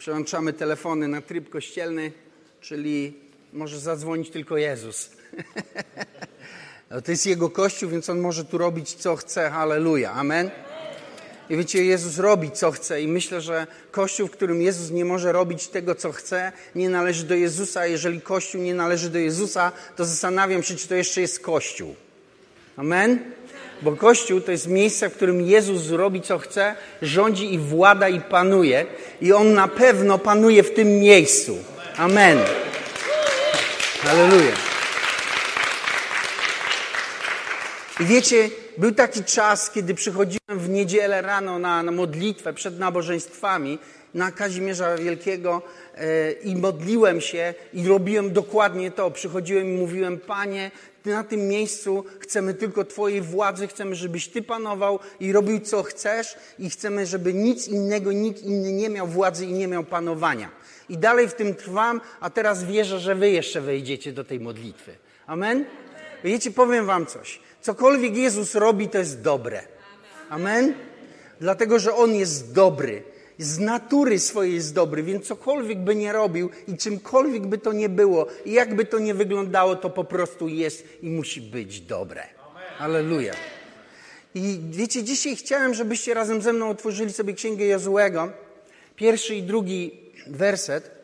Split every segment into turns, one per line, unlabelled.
Przełączamy telefony na tryb kościelny, czyli może zadzwonić tylko Jezus. To jest Jego Kościół, więc On może tu robić co chce. Halleluja. Amen. I wiecie, Jezus robi co chce i myślę, że Kościół, w którym Jezus nie może robić tego, co chce, nie należy do Jezusa. A jeżeli Kościół nie należy do Jezusa, to zastanawiam się, czy to jeszcze jest Kościół. Amen. Bo Kościół to jest miejsce, w którym Jezus robi co chce, rządzi i włada i panuje. I On na pewno panuje w tym miejscu. Amen. Halleluja. I wiecie, był taki czas, kiedy przychodziłem w niedzielę rano na modlitwę przed nabożeństwami na Kazimierza Wielkiego i modliłem się i robiłem dokładnie to. Przychodziłem i mówiłem: Panie, na tym miejscu chcemy tylko Twojej władzy, chcemy, żebyś Ty panował i robił co chcesz i chcemy, żeby nic innego, nikt inny nie miał władzy i nie miał panowania. I dalej w tym trwam, a teraz wierzę, że Wy jeszcze wejdziecie do tej modlitwy. Amen? Wiecie, powiem Wam coś. Cokolwiek Jezus robi, to jest dobre. Amen? Dlatego, że On jest dobry. Z natury swojej jest dobry, więc cokolwiek by nie robił i czymkolwiek by to nie było i jakby to nie wyglądało, to po prostu jest i musi być dobre. Halleluja. I wiecie, dzisiaj chciałem, żebyście razem ze mną otworzyli sobie Księgę Jozuego, 1. i 2. werset.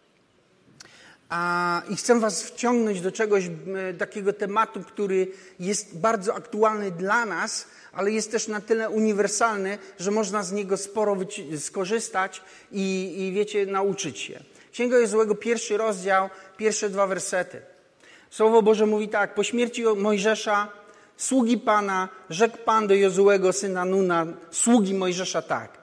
I chcę was wciągnąć do czegoś, takiego tematu, który jest bardzo aktualny dla nas, ale jest też na tyle uniwersalny, że można z niego sporo skorzystać i wiecie, nauczyć się. Księga Jozuego, 1. rozdział, pierwsze 2 wersety. Słowo Boże mówi tak: po śmierci Mojżesza, sługi Pana, rzekł Pan do Jozuego, syna Nuna, sługi Mojżesza tak: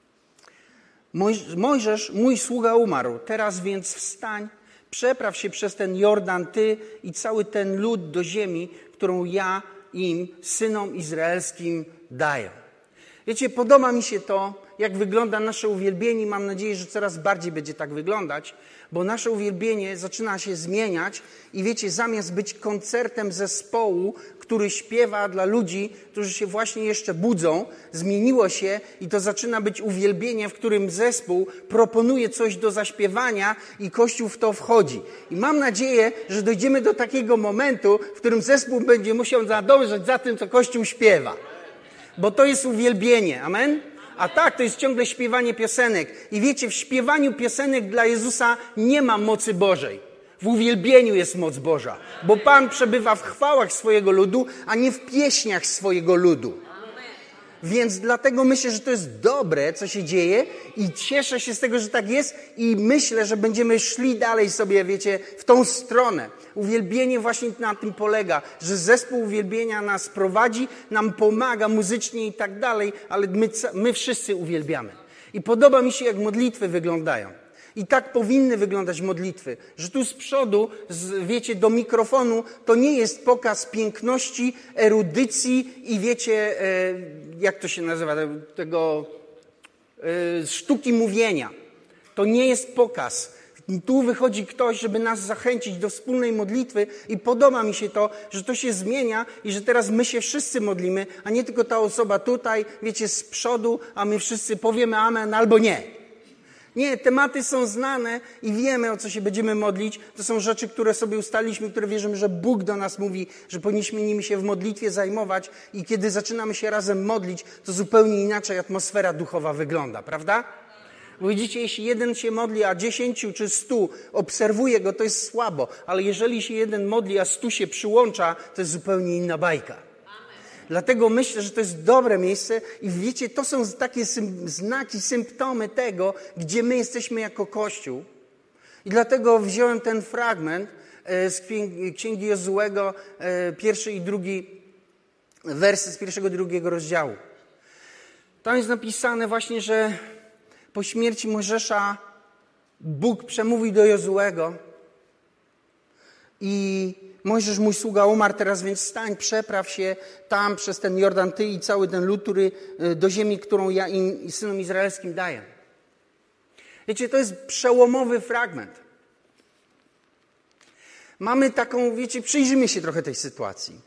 Mojżesz, mój sługa, umarł, teraz więc wstań, przepraw się przez ten Jordan, ty i cały ten lud do ziemi, którą ja im, synom izraelskim, daję. Wiecie, podoba mi się to, jak wygląda nasze uwielbienie. Mam nadzieję, że coraz bardziej będzie tak wyglądać, bo nasze uwielbienie zaczyna się zmieniać i wiecie, zamiast być koncertem zespołu, który śpiewa dla ludzi, którzy się właśnie jeszcze budzą, zmieniło się i to zaczyna być uwielbienie, w którym zespół proponuje coś do zaśpiewania i Kościół w to wchodzi. I mam nadzieję, że dojdziemy do takiego momentu, w którym zespół będzie musiał nadążać za tym, co Kościół śpiewa. Bo to jest uwielbienie. Amen? A tak, to jest ciągle śpiewanie piosenek. I wiecie, w śpiewaniu piosenek dla Jezusa nie ma mocy Bożej. W uwielbieniu jest moc Boża. Bo Pan przebywa w chwałach swojego ludu, a nie w pieśniach swojego ludu. Więc dlatego myślę, że to jest dobre, co się dzieje i cieszę się z tego, że tak jest i myślę, że będziemy szli dalej sobie, wiecie, w tą stronę. Uwielbienie właśnie na tym polega, że zespół uwielbienia nas prowadzi, nam pomaga muzycznie i tak dalej, ale my wszyscy uwielbiamy. I podoba mi się, jak modlitwy wyglądają. I tak powinny wyglądać modlitwy, że tu z przodu, wiecie, do mikrofonu to nie jest pokaz piękności, erudycji i wiecie, jak to się nazywa, tego sztuki mówienia. To nie jest pokaz. Tu wychodzi ktoś, żeby nas zachęcić do wspólnej modlitwy i podoba mi się to, że to się zmienia i że teraz my się wszyscy modlimy, a nie tylko ta osoba tutaj, wiecie, z przodu, a my wszyscy powiemy amen albo nie. Nie, tematy są znane i wiemy, o co się będziemy modlić. To są rzeczy, które sobie ustaliliśmy, które wierzymy, że Bóg do nas mówi, że powinniśmy nimi się w modlitwie zajmować i kiedy zaczynamy się razem modlić, to zupełnie inaczej atmosfera duchowa wygląda, prawda? Bo widzicie, jeśli jeden się modli, a 10 czy 100 obserwuje go, to jest słabo. Ale jeżeli się jeden modli, a 100 się przyłącza, to jest zupełnie inna bajka. Dlatego myślę, że to jest dobre miejsce i wiecie, to są takie znaki, symptomy tego, gdzie my jesteśmy jako Kościół. I dlatego wziąłem ten fragment z Księgi Jozuego, 1. i 2 wersy z 1. i 2 rozdziału. Tam jest napisane właśnie, że po śmierci Mojżesza Bóg przemówił do Jozuego i Mojżesz, mój sługa, umarł, teraz więc wstań, przepraw się tam przez ten Jordan, ty i cały ten lud, który do ziemi, którą ja im, synom izraelskim daję. Wiecie, to jest przełomowy fragment. Mamy taką, wiecie, przyjrzyjmy się trochę tej sytuacji.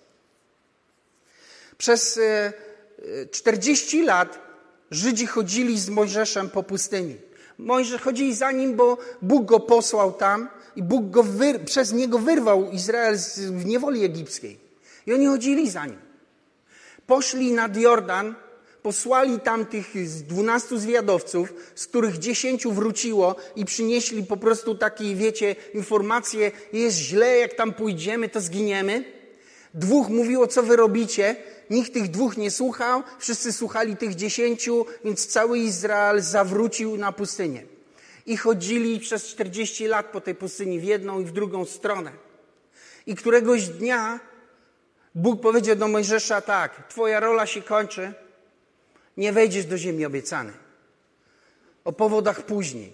Przez 40 lat Żydzi chodzili z Mojżeszem po pustyni. Mojżesz chodzili za nim, bo Bóg go posłał tam i Bóg przez niego wyrwał Izrael z niewoli egipskiej. I oni chodzili za nim. Poszli nad Jordan, posłali tam tych 12 zwiadowców, z których 10 wróciło i przynieśli po prostu takie, wiecie, informacje, jest źle, jak tam pójdziemy, to zginiemy. 2 mówiło, co wy robicie. Nikt tych 2 nie słuchał, wszyscy słuchali tych 10, więc cały Izrael zawrócił na pustynię. I chodzili przez 40 lat po tej pustyni w jedną i w drugą stronę. I któregoś dnia Bóg powiedział do Mojżesza tak, twoja rola się kończy, nie wejdziesz do ziemi obiecanej. O powodach później.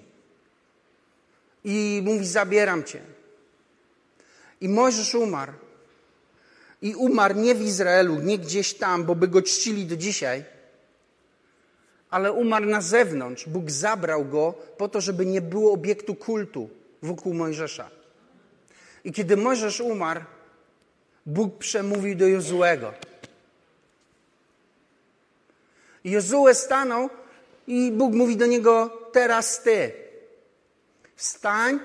I mówi, zabieram cię. I Mojżesz umarł. I umarł nie w Izraelu, nie gdzieś tam, bo by go czcili do dzisiaj, ale umarł na zewnątrz. Bóg zabrał go po to, żeby nie było obiektu kultu wokół Mojżesza. I kiedy Mojżesz umarł, Bóg przemówił do Jozuego. I Jozue stanął i Bóg mówi do niego, teraz ty wstań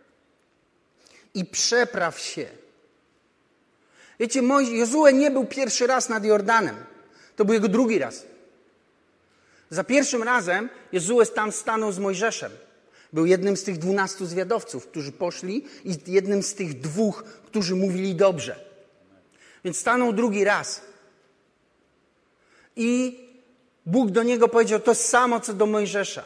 i przepraw się. Wiecie, Jozue nie był pierwszy raz nad Jordanem. To był jego drugi raz. Za pierwszym razem Jozue tam stanął z Mojżeszem. Był jednym z tych 12 zwiadowców, którzy poszli i jednym z tych 2, którzy mówili dobrze. Więc stanął drugi raz. I Bóg do niego powiedział to samo, co do Mojżesza.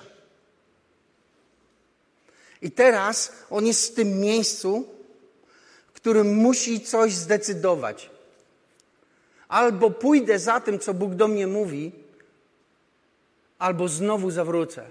I teraz on jest w tym miejscu, w którym musi coś zdecydować. Albo pójdę za tym, co Bóg do mnie mówi, albo znowu zawrócę.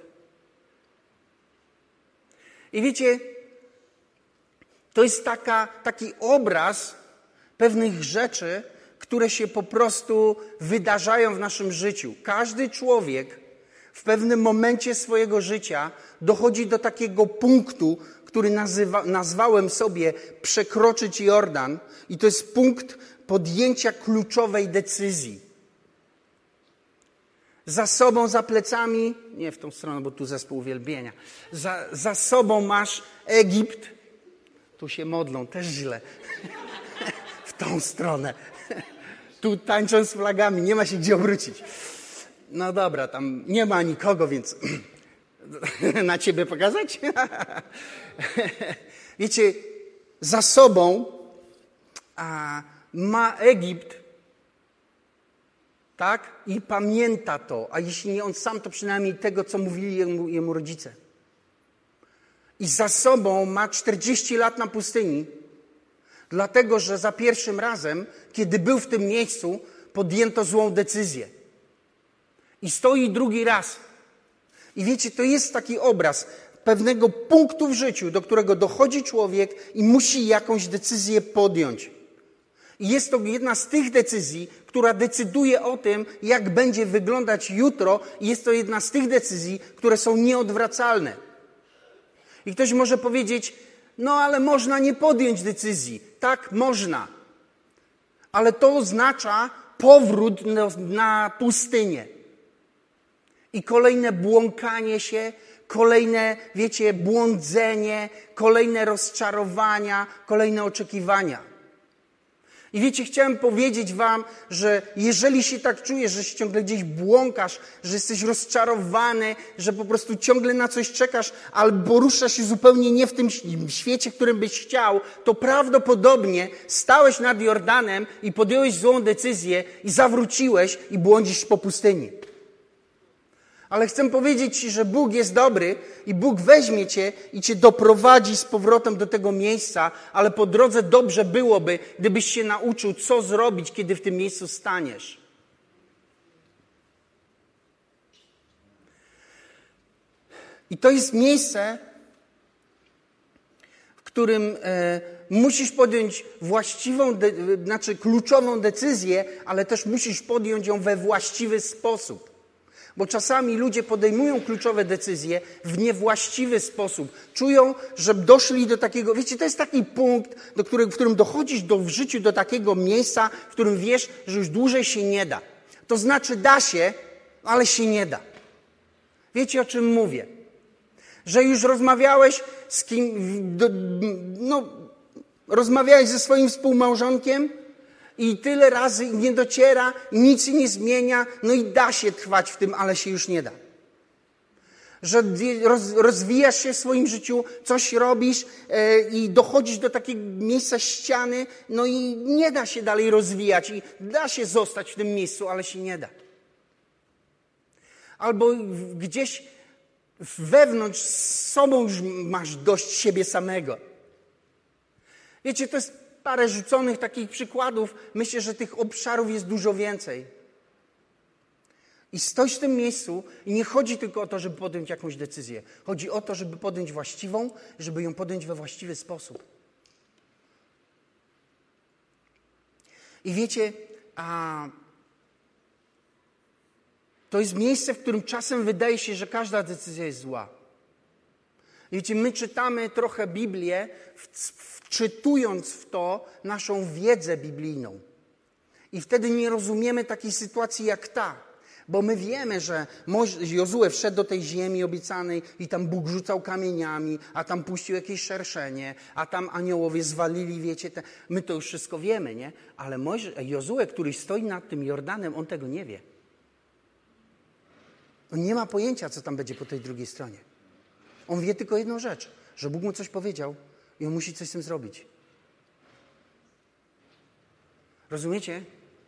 I wiecie, to jest taki obraz pewnych rzeczy, które się po prostu wydarzają w naszym życiu. Każdy człowiek w pewnym momencie swojego życia dochodzi do takiego punktu, który nazwałem sobie przekroczyć Jordan. I to jest punkt podjęcia kluczowej decyzji. Za sobą, za plecami, nie w tą stronę, bo tu zespół uwielbienia. Za sobą masz Egipt. Tu się modlą, też źle. W tą stronę. Tu tańczą z flagami, nie ma się gdzie obrócić. No dobra, tam nie ma nikogo, więc na ciebie pokazać? Wiecie, za sobą ma Egipt, tak? I pamięta to, a jeśli nie on sam, to przynajmniej tego, co mówili jemu rodzice. I za sobą ma 40 lat na pustyni, dlatego, że za pierwszym razem, kiedy był w tym miejscu, podjęto złą decyzję. I stoi drugi raz. I wiecie, to jest taki obraz pewnego punktu w życiu, do którego dochodzi człowiek i musi jakąś decyzję podjąć. I jest to jedna z tych decyzji, która decyduje o tym, jak będzie wyglądać jutro. I jest to jedna z tych decyzji, które są nieodwracalne. I ktoś może powiedzieć, no ale można nie podjąć decyzji. Tak, można. Ale to oznacza powrót na pustynię. I kolejne błąkanie się, kolejne, wiecie, błądzenie, kolejne rozczarowania, kolejne oczekiwania. I wiecie, chciałem powiedzieć wam, że jeżeli się tak czujesz, że się ciągle gdzieś błąkasz, że jesteś rozczarowany, że po prostu ciągle na coś czekasz, albo ruszasz się zupełnie nie w tym świecie, którym byś chciał, to prawdopodobnie stałeś nad Jordanem i podjąłeś złą decyzję i zawróciłeś i błądzisz po pustyni. Ale chcę powiedzieć ci, że Bóg jest dobry i Bóg weźmie cię i cię doprowadzi z powrotem do tego miejsca, ale po drodze dobrze byłoby, gdybyś się nauczył, co zrobić, kiedy w tym miejscu staniesz. I to jest miejsce, w którym musisz podjąć kluczową decyzję, ale też musisz podjąć ją we właściwy sposób. Bo czasami ludzie podejmują kluczowe decyzje w niewłaściwy sposób. Czują, że doszli do takiego... Wiecie, to jest taki punkt, w którym dochodzisz w życiu do takiego miejsca, w którym wiesz, że już dłużej się nie da. To znaczy da się, ale się nie da. Wiecie, o czym mówię? Że już rozmawiałeś z rozmawiałeś ze swoim współmałżonkiem i tyle razy i nie dociera, i nic się nie zmienia, no i da się trwać w tym, ale się już nie da. Że rozwijasz się w swoim życiu, coś robisz i dochodzisz do takiego miejsca ściany, no i nie da się dalej rozwijać i da się zostać w tym miejscu, ale się nie da. Albo gdzieś wewnątrz z sobą już masz dość siebie samego. Wiecie, to jest parę rzuconych takich przykładów. Myślę, że tych obszarów jest dużo więcej. I stoisz w tym miejscu i nie chodzi tylko o to, żeby podjąć jakąś decyzję. Chodzi o to, żeby podjąć właściwą, żeby ją podjąć we właściwy sposób. I wiecie, to jest miejsce, w którym czasem wydaje się, że każda decyzja jest zła. Wiecie, my czytamy trochę Biblię, wczytując w to naszą wiedzę biblijną. I wtedy nie rozumiemy takiej sytuacji jak ta. Bo my wiemy, że Jozue wszedł do tej ziemi obiecanej i tam Bóg rzucał kamieniami, a tam puścił jakieś szerszenie, a tam aniołowie zwalili, wiecie, my to już wszystko wiemy, nie? Ale Jozue, który stoi nad tym Jordanem, on tego nie wie. On nie ma pojęcia, co tam będzie po tej drugiej stronie. On wie tylko jedną rzecz, że Bóg mu coś powiedział i on musi coś z tym zrobić. Rozumiecie?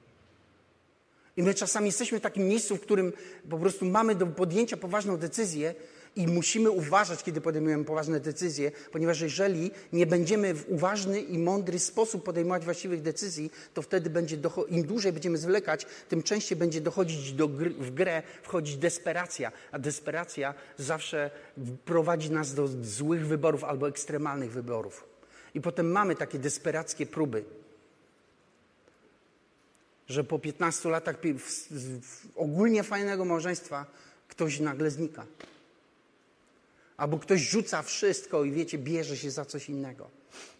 I my czasami jesteśmy w takim miejscu, w którym po prostu mamy do podjęcia poważną decyzję i musimy uważać, kiedy podejmujemy poważne decyzje, ponieważ jeżeli nie będziemy w uważny i mądry sposób podejmować właściwych decyzji, to wtedy im dłużej będziemy zwlekać, tym częściej będzie dochodzić w grę wchodzić desperacja, a desperacja zawsze prowadzi nas do złych wyborów albo ekstremalnych wyborów. I potem mamy takie desperackie próby, że po 15 latach ogólnie fajnego małżeństwa ktoś nagle znika. Albo ktoś rzuca wszystko i wiecie, bierze się za coś innego.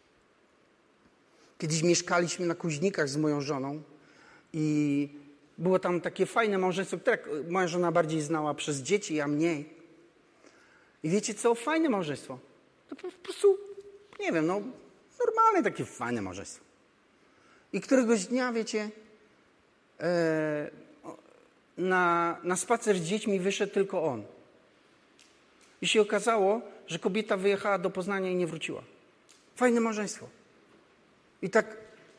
Kiedyś mieszkaliśmy na Kuźnikach z moją żoną i było tam takie fajne małżeństwo, które moja żona bardziej znała przez dzieci, a mniej. I wiecie co? Fajne małżeństwo. To po prostu, nie wiem, normalne takie fajne małżeństwo. I któregoś dnia, wiecie, na spacer z dziećmi wyszedł tylko on. I się okazało, że kobieta wyjechała do Poznania i nie wróciła. Fajne małżeństwo. I tak...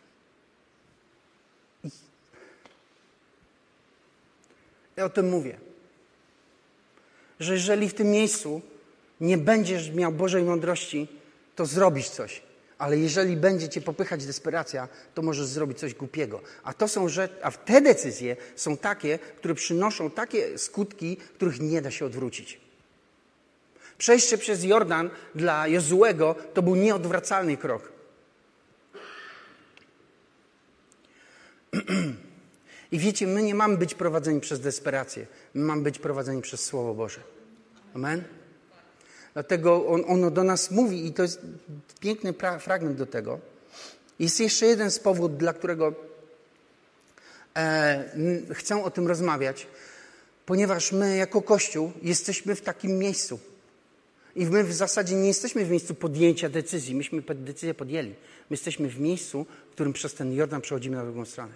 Ja o tym mówię. Że jeżeli w tym miejscu nie będziesz miał Bożej mądrości, to zrobisz coś. Ale jeżeli będzie cię popychać desperacja, to możesz zrobić coś głupiego. A te decyzje są takie, które przynoszą takie skutki, których nie da się odwrócić. Przejście przez Jordan dla Jozuego to był nieodwracalny krok. I wiecie, my nie mamy być prowadzeni przez desperację. My mamy być prowadzeni przez Słowo Boże. Amen? Dlatego ono do nas mówi i to jest piękny fragment do tego. Jest jeszcze jeden z powodów, dla którego chcę o tym rozmawiać. Ponieważ my jako Kościół jesteśmy w takim miejscu. I my w zasadzie nie jesteśmy w miejscu podjęcia decyzji. Myśmy decyzję podjęli. My jesteśmy w miejscu, w którym przez ten Jordan przechodzimy na drugą stronę.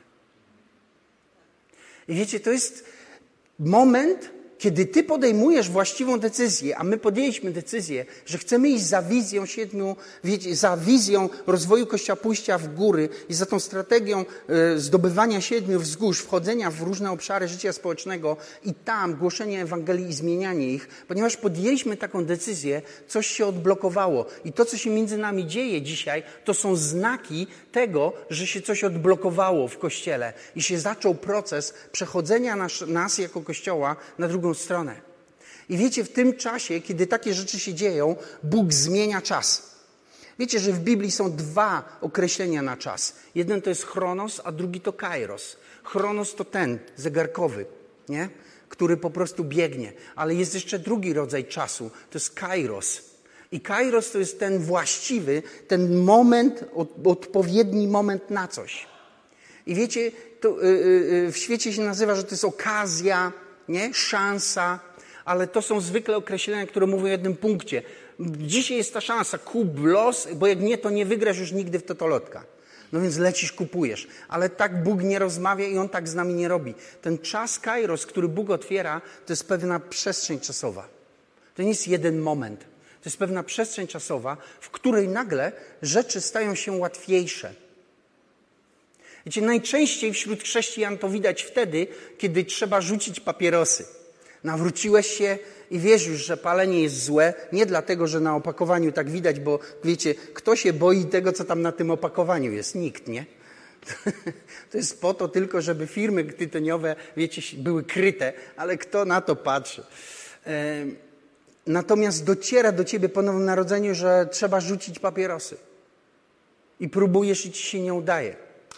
I wiecie, to jest moment, kiedy ty podejmujesz właściwą decyzję, a my podjęliśmy decyzję, że chcemy iść za wizją za wizją rozwoju Kościoła, pójścia w góry i za tą strategią zdobywania 7 wzgórz, wchodzenia w różne obszary życia społecznego i tam głoszenie Ewangelii i zmienianie ich. Ponieważ podjęliśmy taką decyzję, coś się odblokowało. I to, co się między nami dzieje dzisiaj, to są znaki tego, że się coś odblokowało w Kościele i się zaczął proces przechodzenia nas jako Kościoła na drugą stronę. I wiecie, w tym czasie, kiedy takie rzeczy się dzieją, Bóg zmienia czas. Wiecie, że w Biblii są 2 określenia na czas. Jeden to jest chronos, a drugi to kairos. Chronos to ten, zegarkowy, nie? Który po prostu biegnie. Ale jest jeszcze drugi rodzaj czasu, to jest kairos. I kairos to jest ten właściwy, ten moment, odpowiedni moment na coś. I wiecie, to w świecie się nazywa, że to jest okazja, nie? Szansa, Ale to są zwykle określenia, które mówią o jednym punkcie. Dzisiaj jest ta szansa, kup los, bo jak nie, to nie wygrasz już nigdy w totolotka. No więc lecisz, kupujesz. Ale tak Bóg nie rozmawia i On tak z nami nie robi. Ten czas kairos, który Bóg otwiera, to jest pewna przestrzeń czasowa. To nie jest jeden moment. To jest pewna przestrzeń czasowa, w której nagle rzeczy stają się łatwiejsze. Wiecie, najczęściej wśród chrześcijan to widać wtedy, kiedy trzeba rzucić papierosy. Nawróciłeś się i wiesz już, że palenie jest złe, nie dlatego, że na opakowaniu tak widać, bo wiecie, kto się boi tego, co tam na tym opakowaniu jest? Nikt, nie? To jest po to tylko, żeby firmy tytoniowe, wiecie, były kryte, ale kto na to patrzy? Natomiast dociera do ciebie po Nowym Narodzeniu, że trzeba rzucić papierosy. I próbujesz i ci się nie udaje.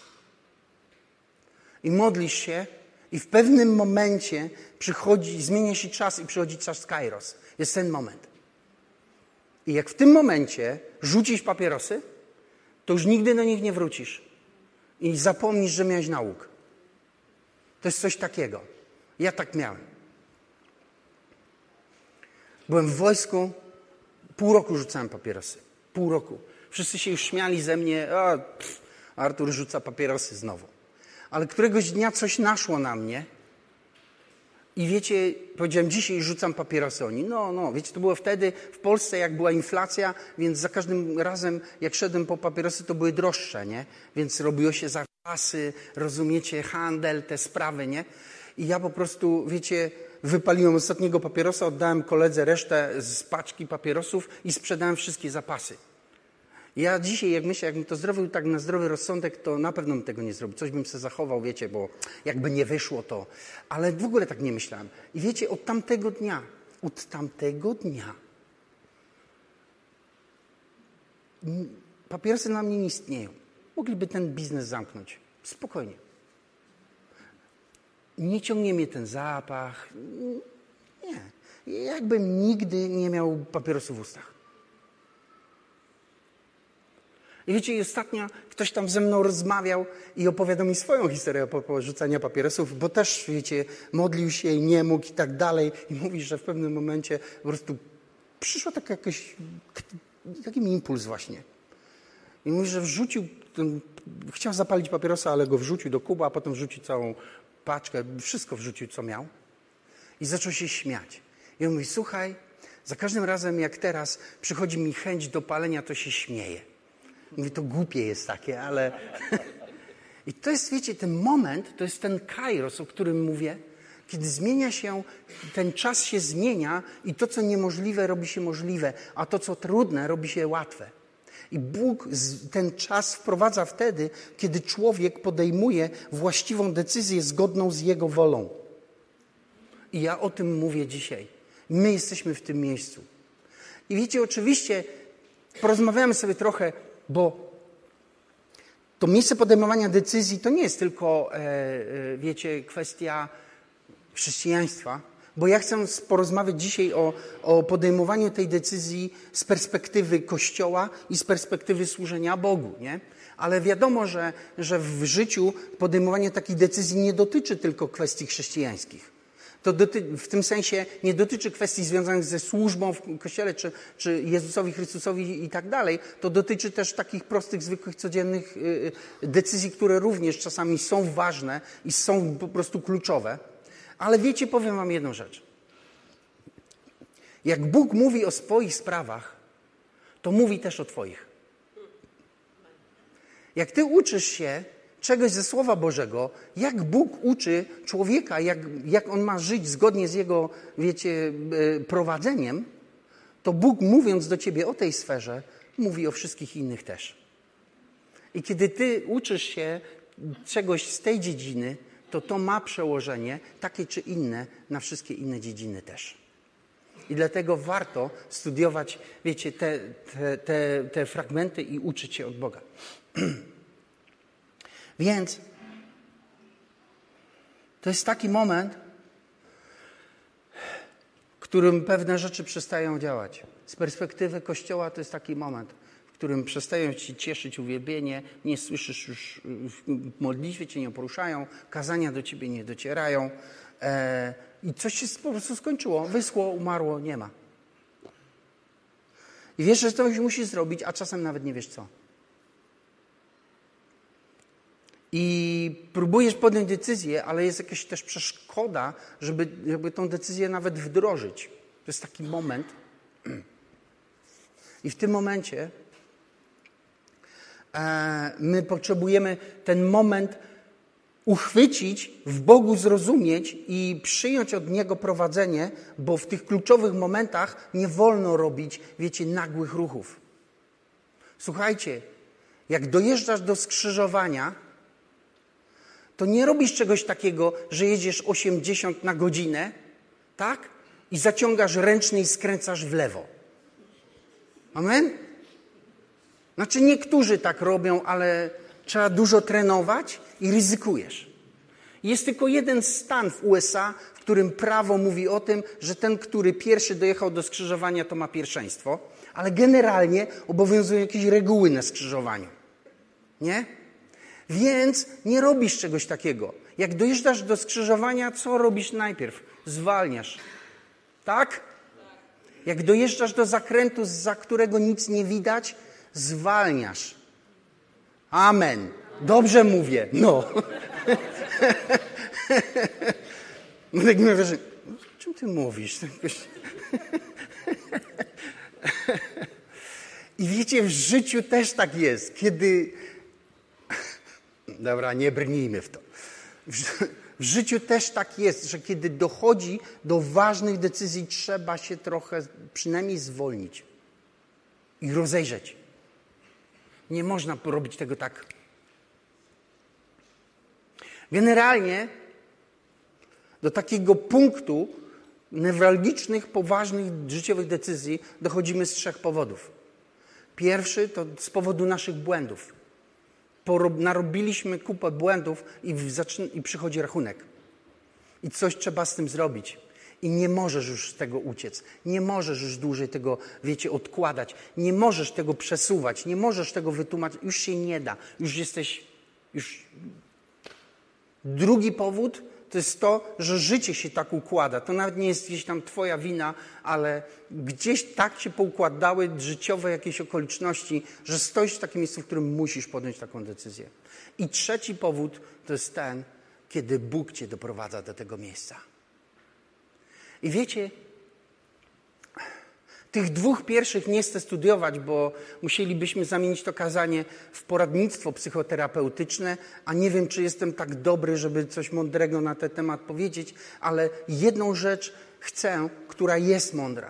I modlisz się i w pewnym momencie zmienia się czas i przychodzi czas kairos. Jest ten moment. I jak w tym momencie rzucisz papierosy, to już nigdy do nich nie wrócisz. I zapomnisz, że miałeś nauk. To jest coś takiego. Ja tak miałem. Byłem w wojsku, pół roku rzucałem papierosy. Pół roku. Wszyscy się już śmiali ze mnie. Artur rzuca papierosy znowu. Ale któregoś dnia coś naszło na mnie i wiecie, powiedziałem, dzisiaj rzucam papierosy. Oni, wiecie, to było wtedy w Polsce, jak była inflacja, więc za każdym razem, jak szedłem po papierosy, to były droższe, nie? Więc robiło się zapasy, rozumiecie, handel, te sprawy, nie? I ja po prostu, wiecie, wypaliłem ostatniego papierosa, oddałem koledze resztę z paczki papierosów i sprzedałem wszystkie zapasy. Ja dzisiaj, jak myślę, jakbym to zrobił tak na zdrowy rozsądek, to na pewno bym tego nie zrobił. Coś bym sobie zachował, wiecie, bo jakby nie wyszło to. Ale w ogóle tak nie myślałem. I wiecie, od tamtego dnia papierosy na mnie nie istnieją. Mogliby ten biznes zamknąć. Spokojnie. Nie ciągnie mnie ten zapach. Nie. Jakbym nigdy nie miał papierosów w ustach. I wiecie, ostatnio ktoś tam ze mną rozmawiał i opowiadał mi swoją historię rzucania papierosów, bo też, wiecie, modlił się i nie mógł i tak dalej. I mówi, że w pewnym momencie po prostu przyszło taki impuls właśnie. I mówi, że chciał zapalić papierosa, ale go wrzucił do kuba, a potem wrzucił całą paczkę, wszystko wrzucił, co miał. I zaczął się śmiać. I on mówi, słuchaj, za każdym razem jak teraz przychodzi mi chęć do palenia, to się śmieje. Mówi, to głupie jest takie, ale... I to jest, wiecie, ten moment, to jest ten kairos, o którym mówię, kiedy zmienia się, ten czas się zmienia i to, co niemożliwe, robi się możliwe, a to, co trudne, robi się łatwe. I Bóg ten czas wprowadza wtedy, kiedy człowiek podejmuje właściwą decyzję zgodną z Jego wolą. I ja o tym mówię dzisiaj. My jesteśmy w tym miejscu. I wiecie, oczywiście porozmawiamy sobie trochę, bo to miejsce podejmowania decyzji to nie jest tylko, wiecie, kwestia chrześcijaństwa, bo ja chcę porozmawiać dzisiaj o podejmowaniu tej decyzji z perspektywy Kościoła i z perspektywy służenia Bogu, nie? Ale wiadomo, że w życiu podejmowanie takich decyzji nie dotyczy tylko kwestii chrześcijańskich. To w tym sensie nie dotyczy kwestii związanych ze służbą w Kościele, czy Jezusowi Chrystusowi i tak dalej. To dotyczy też takich prostych, zwykłych, codziennych decyzji, które również czasami są ważne i są po prostu kluczowe. Ale wiecie, powiem wam jedną rzecz. Jak Bóg mówi o swoich sprawach, to mówi też o twoich. Jak ty uczysz się czegoś ze Słowa Bożego, jak Bóg uczy człowieka, jak on ma żyć zgodnie z Jego, wiecie, prowadzeniem, to Bóg, mówiąc do ciebie o tej sferze, mówi o wszystkich innych też. I kiedy ty uczysz się czegoś z tej dziedziny, to ma przełożenie, takie czy inne, na wszystkie inne dziedziny też. I dlatego warto studiować, wiecie, te fragmenty i uczyć się od Boga. Więc to jest taki moment, w którym pewne rzeczy przestają działać. Z perspektywy Kościoła to jest taki moment, w którym przestają ci cieszyć uwielbienie, nie słyszysz już w modlitwie, cię nie poruszają, kazania do ciebie nie docierają I coś się po prostu skończyło. Wyschło, umarło, nie ma. I wiesz, że coś musisz zrobić, a czasem nawet nie wiesz co. I próbujesz podjąć decyzję, ale jest jakaś też przeszkoda, żeby tą decyzję nawet wdrożyć. To jest taki moment. I w tym momencie my potrzebujemy ten moment uchwycić, w Bogu zrozumieć i przyjąć od Niego prowadzenie, bo w tych kluczowych momentach nie wolno robić, wiecie, nagłych ruchów. Słuchajcie, jak dojeżdżasz do skrzyżowania, to nie robisz czegoś takiego, że jedziesz 80 na godzinę, tak? I zaciągasz ręczny i skręcasz w lewo. Amen? Znaczy niektórzy tak robią, ale trzeba dużo trenować i ryzykujesz. Jest tylko jeden stan w USA, w którym prawo mówi o tym, że ten, który pierwszy dojechał do skrzyżowania, to ma pierwszeństwo, ale generalnie obowiązują jakieś reguły na skrzyżowaniu. Nie? Więc nie robisz czegoś takiego. Jak dojeżdżasz do skrzyżowania, co robisz najpierw? Zwalniasz. Tak? Jak dojeżdżasz do zakrętu, za którego nic nie widać, zwalniasz. Amen. Dobrze mówię. No. Tak mówię, że o czym ty mówisz? I wiecie, w życiu też tak jest, kiedy... Dobra, nie brnijmy w to. W życiu też tak jest, że kiedy dochodzi do ważnych decyzji, trzeba się trochę przynajmniej zwolnić i rozejrzeć. Nie można robić tego tak. Generalnie do takiego punktu newralgicznych, poważnych, życiowych decyzji dochodzimy z 3 powodów. Pierwszy to z powodu naszych błędów. Narobiliśmy kupę błędów i przychodzi rachunek. I coś trzeba z tym zrobić. I nie możesz już z tego uciec. Nie możesz już dłużej tego, wiecie, odkładać. Nie możesz tego przesuwać. Nie możesz tego wytłumaczyć. Już się nie da. Już jesteś... Drugi powód to jest to, że życie się tak układa. To nawet nie jest gdzieś tam twoja wina, ale gdzieś tak się poukładały życiowe jakieś okoliczności, że stoisz w takim miejscu, w którym musisz podjąć taką decyzję. I trzeci powód to jest ten, kiedy Bóg cię doprowadza do tego miejsca. I wiecie, tych 2 pierwszych nie chcę studiować, bo musielibyśmy zamienić to kazanie w poradnictwo psychoterapeutyczne, a nie wiem, czy jestem tak dobry, żeby coś mądrego na ten temat powiedzieć, ale jedną rzecz chcę, która jest mądra.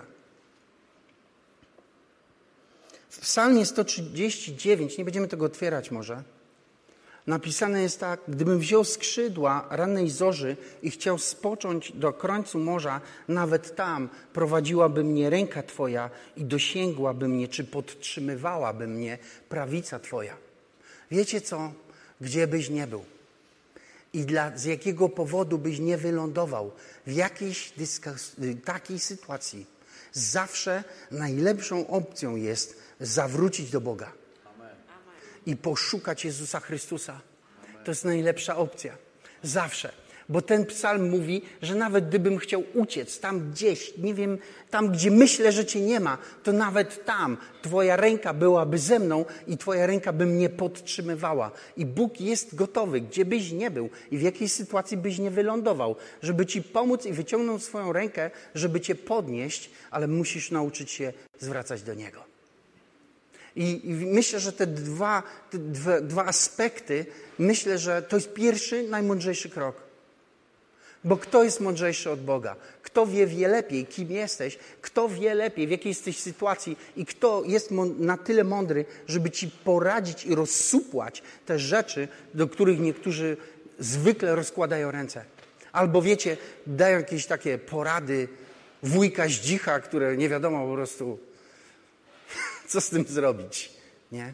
W Psalmie 139, nie będziemy tego otwierać może, napisane jest tak: gdybym wziął skrzydła rannej zorzy i chciał spocząć do krańcu morza, nawet tam prowadziłaby mnie ręka Twoja i dosięgłaby mnie, czy podtrzymywałaby mnie prawica Twoja. Wiecie co? Gdzie byś nie był i z jakiego powodu byś nie wylądował w jakiejś takiej sytuacji, zawsze najlepszą opcją jest zawrócić do Boga. I poszukać Jezusa Chrystusa. To jest najlepsza opcja. Zawsze. Bo ten psalm mówi, że nawet gdybym chciał uciec tam gdzieś, nie wiem, tam gdzie myślę, że Cię nie ma, to nawet tam Twoja ręka byłaby ze mną i Twoja ręka by mnie podtrzymywała. I Bóg jest gotowy, gdzie byś nie był i w jakiej sytuacji byś nie wylądował, żeby Ci pomóc i wyciągnąć swoją rękę, żeby Cię podnieść, ale musisz nauczyć się zwracać do Niego. I myślę, że te dwa aspekty, myślę, że to jest pierwszy, najmądrzejszy krok. Bo kto jest mądrzejszy od Boga? Kto wie lepiej, kim jesteś? Kto wie lepiej, w jakiej jesteś sytuacji? I kto jest na tyle mądry, żeby Ci poradzić i rozsupłać te rzeczy, do których niektórzy zwykle rozkładają ręce. Albo wiecie, dają jakieś takie porady wujka zdzicha, które nie wiadomo po prostu... Co z tym zrobić, nie?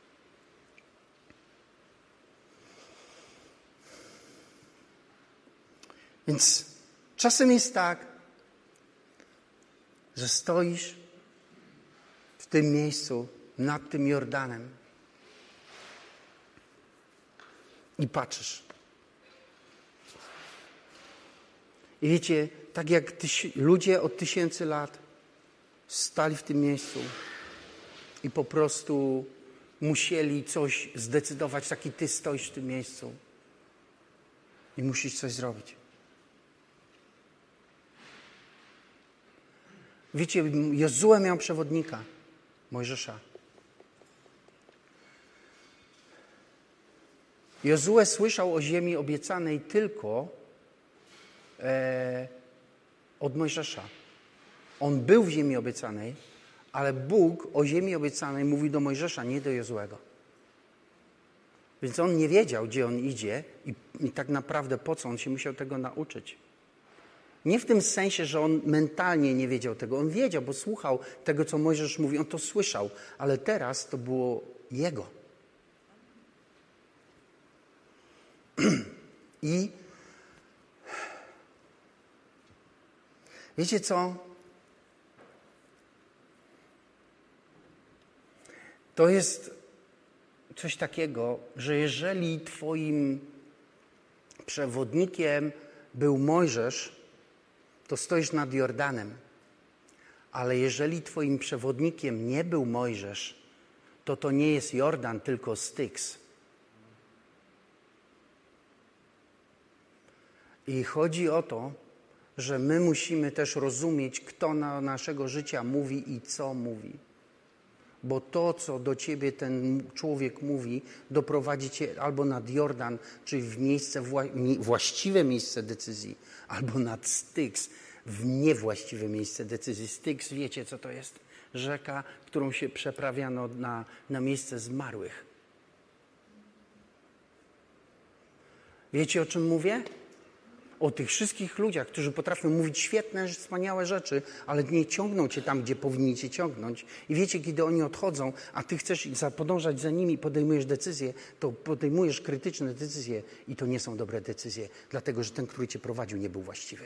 Więc czasem jest tak, że stoisz w tym miejscu, nad tym Jordanem i patrzysz. I wiecie, tak jak ludzie od 1000 lat stali w tym miejscu i po prostu musieli coś zdecydować, taki ty stoisz w tym miejscu i musisz coś zrobić. Wiecie, Jozue miał przewodnika, Mojżesza. Jozue słyszał o ziemi obiecanej tylko od Mojżesza. On był w ziemi obiecanej, ale Bóg o ziemi obiecanej mówił do Mojżesza, nie do Jozuego. Więc on nie wiedział, gdzie on idzie i tak naprawdę po co on się musiał tego nauczyć. Nie w tym sensie, że on mentalnie nie wiedział tego. On wiedział, bo słuchał tego, co Mojżesz mówi. On to słyszał, ale teraz to było jego. I wiecie co? To jest coś takiego, że jeżeli twoim przewodnikiem był Mojżesz, to stoisz nad Jordanem. Ale jeżeli twoim przewodnikiem nie był Mojżesz, to nie jest Jordan, tylko Styx. I chodzi o to, że my musimy też rozumieć, kto na naszego życia mówi i co mówi. Bo to, co do ciebie ten człowiek mówi, doprowadzi cię albo nad Jordan, czyli w miejsce właściwe miejsce decyzji, albo nad Styx, w niewłaściwe miejsce decyzji. Styx, wiecie co to jest? Rzeka, którą się przeprawiano na miejsce zmarłych. Wiecie, o czym mówię? O tych wszystkich ludziach, którzy potrafią mówić świetne, wspaniałe rzeczy, ale nie ciągną cię tam, gdzie powinni cię ciągnąć. I wiecie, kiedy oni odchodzą, a ty chcesz podążać za nimi, podejmujesz decyzje, to podejmujesz krytyczne decyzje i to nie są dobre decyzje, dlatego że ten, który cię prowadził, nie był właściwy.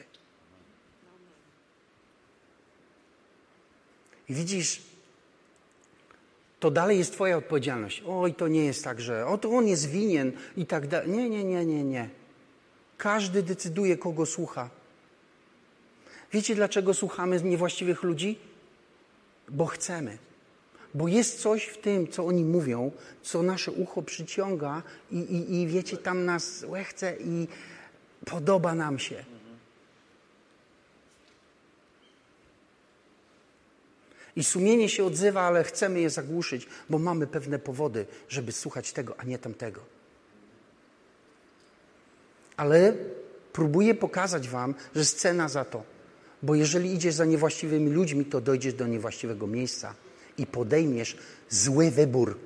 I widzisz, to dalej jest twoja odpowiedzialność. Oj, to nie jest tak, że to on jest winien i tak dalej. Nie. Każdy decyduje, kogo słucha. Wiecie, dlaczego słuchamy niewłaściwych ludzi? Bo chcemy. Bo jest coś w tym, co oni mówią, co nasze ucho przyciąga i wiecie, tam nas łechce i podoba nam się. I sumienie się odzywa, ale chcemy je zagłuszyć, bo mamy pewne powody, żeby słuchać tego, a nie tamtego. Ale próbuję pokazać wam, że jest cena za to. Bo jeżeli idziesz za niewłaściwymi ludźmi, to dojdziesz do niewłaściwego miejsca i podejmiesz zły wybór.